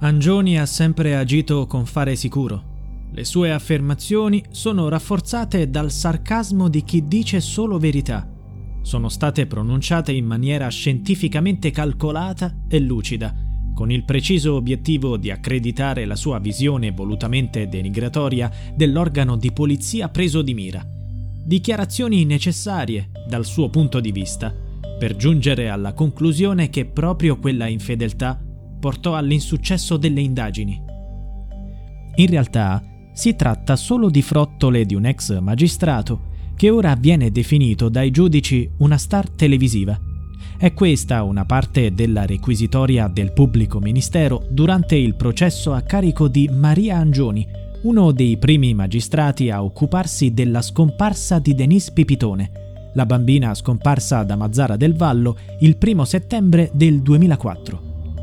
Angioni ha sempre agito con fare sicuro. Le sue affermazioni sono rafforzate dal sarcasmo di chi dice solo verità. Sono state pronunciate in maniera scientificamente calcolata e lucida, con il preciso obiettivo di accreditare la sua visione volutamente denigratoria dell'organo di polizia preso di mira. Dichiarazioni necessarie, dal suo punto di vista, per giungere alla conclusione che proprio quella infedeltà portò all'insuccesso delle indagini. In realtà si tratta solo di frottole di un ex magistrato che ora viene definito dai giudici una star televisiva. È questa una parte della requisitoria del pubblico ministero durante il processo a carico di Maria Angioni, uno dei primi magistrati a occuparsi della scomparsa di Denise Pipitone, la bambina scomparsa da Mazara del Vallo il 1 settembre del 2004.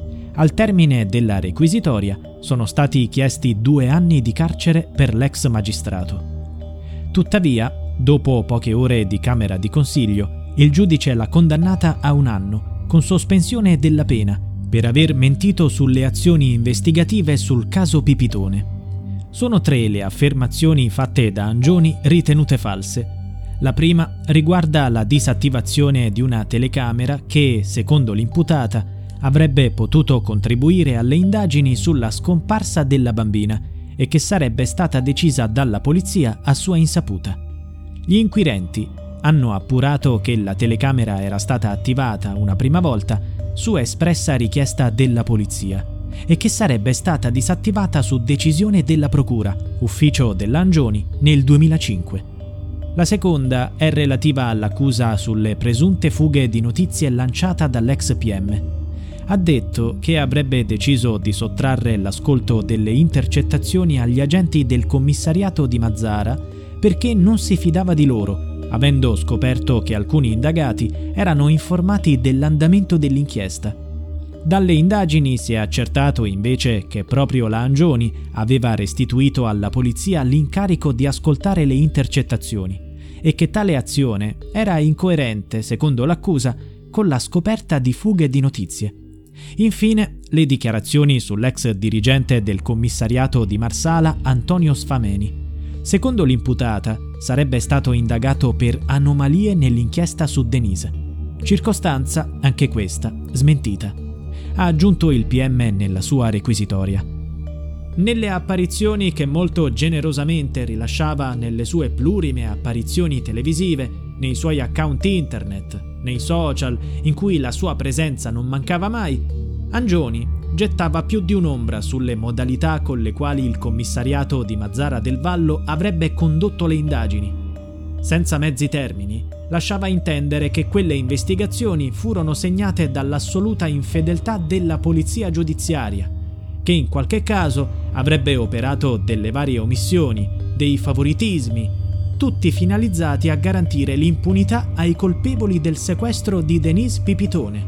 Al termine della requisitoria sono stati chiesti 2 anni di carcere per l'ex magistrato. Tuttavia, dopo poche ore di camera di consiglio, il giudice l'ha condannata a 1 anno, con sospensione della pena, per aver mentito sulle azioni investigative sul caso Pipitone. Sono 3 le affermazioni fatte da Angioni ritenute false. La prima riguarda la disattivazione di una telecamera che, secondo l'imputata, avrebbe potuto contribuire alle indagini sulla scomparsa della bambina e che sarebbe stata decisa dalla polizia a sua insaputa. Gli inquirenti hanno appurato che la telecamera era stata attivata una prima volta su espressa richiesta della polizia e che sarebbe stata disattivata su decisione della procura, ufficio dell'Angioni, nel 2005. La seconda è relativa all'accusa sulle presunte fughe di notizie lanciata dall'ex PM. Ha detto che avrebbe deciso di sottrarre l'ascolto delle intercettazioni agli agenti del commissariato di Mazara perché non si fidava di loro, avendo scoperto che alcuni indagati erano informati dell'andamento dell'inchiesta. Dalle indagini si è accertato invece che proprio la Angioni aveva restituito alla polizia l'incarico di ascoltare le intercettazioni e che tale azione era incoerente, secondo l'accusa, con la scoperta di fughe di notizie. Infine, le dichiarazioni sull'ex dirigente del commissariato di Marsala, Antonio Sfameni. Secondo l'imputata, sarebbe stato indagato per anomalie nell'inchiesta su Denise. Circostanza, anche questa, smentita. Ha aggiunto il PM nella sua requisitoria. Nelle apparizioni che molto generosamente rilasciava nelle sue plurime apparizioni televisive, nei suoi account internet, nei social, in cui la sua presenza non mancava mai, Angioni gettava più di un'ombra sulle modalità con le quali il commissariato di Mazara del Vallo avrebbe condotto le indagini. Senza mezzi termini, lasciava intendere che quelle investigazioni furono segnate dall'assoluta infedeltà della polizia giudiziaria, che in qualche caso avrebbe operato delle varie omissioni, dei favoritismi, tutti finalizzati a garantire l'impunità ai colpevoli del sequestro di Denise Pipitone.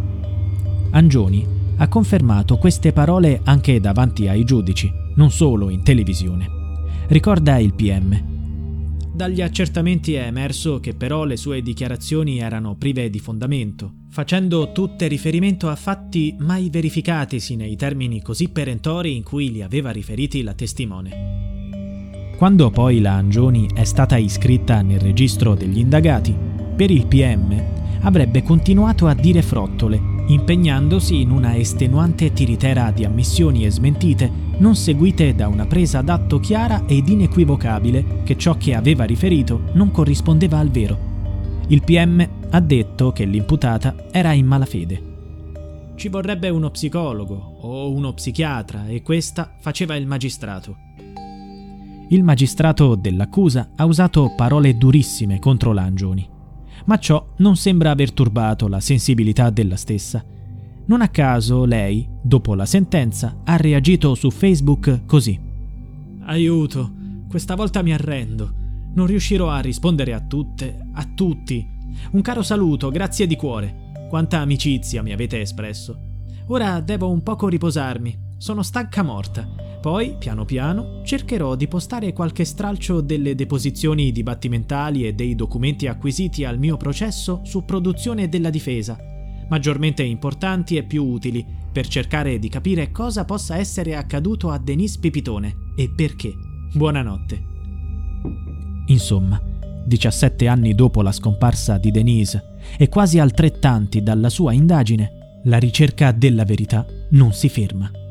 Angioni ha confermato queste parole anche davanti ai giudici, non solo in televisione. Ricorda il PM. Dagli accertamenti è emerso che però le sue dichiarazioni erano prive di fondamento, facendo tutte riferimento a fatti mai verificatisi nei termini così perentori in cui li aveva riferiti la testimone. Quando poi la Angioni è stata iscritta nel registro degli indagati, per il PM avrebbe continuato a dire frottole, impegnandosi in una estenuante tiritera di ammissioni e smentite non seguite da una presa d'atto chiara ed inequivocabile che ciò che aveva riferito non corrispondeva al vero. Il PM ha detto che l'imputata era in malafede. Ci vorrebbe uno psicologo o uno psichiatra e questa faceva il magistrato. Il magistrato dell'accusa ha usato parole durissime contro la Angioni, ma ciò non sembra aver turbato la sensibilità della stessa. Non a caso lei, dopo la sentenza, ha reagito su Facebook così: «Aiuto, questa volta mi arrendo. Non riuscirò a rispondere a tutti. Un caro saluto, grazie di cuore. Quanta amicizia mi avete espresso. Ora devo un poco riposarmi. Sono stanca morta. Poi, piano piano, cercherò di postare qualche stralcio delle deposizioni dibattimentali e dei documenti acquisiti al mio processo su produzione della difesa. maggiormente importanti e più utili per cercare di capire cosa possa essere accaduto a Denise Pipitone e perché. Buonanotte. Insomma, 17 anni dopo la scomparsa di Denise e quasi altrettanti dalla sua indagine, la ricerca della verità non si ferma.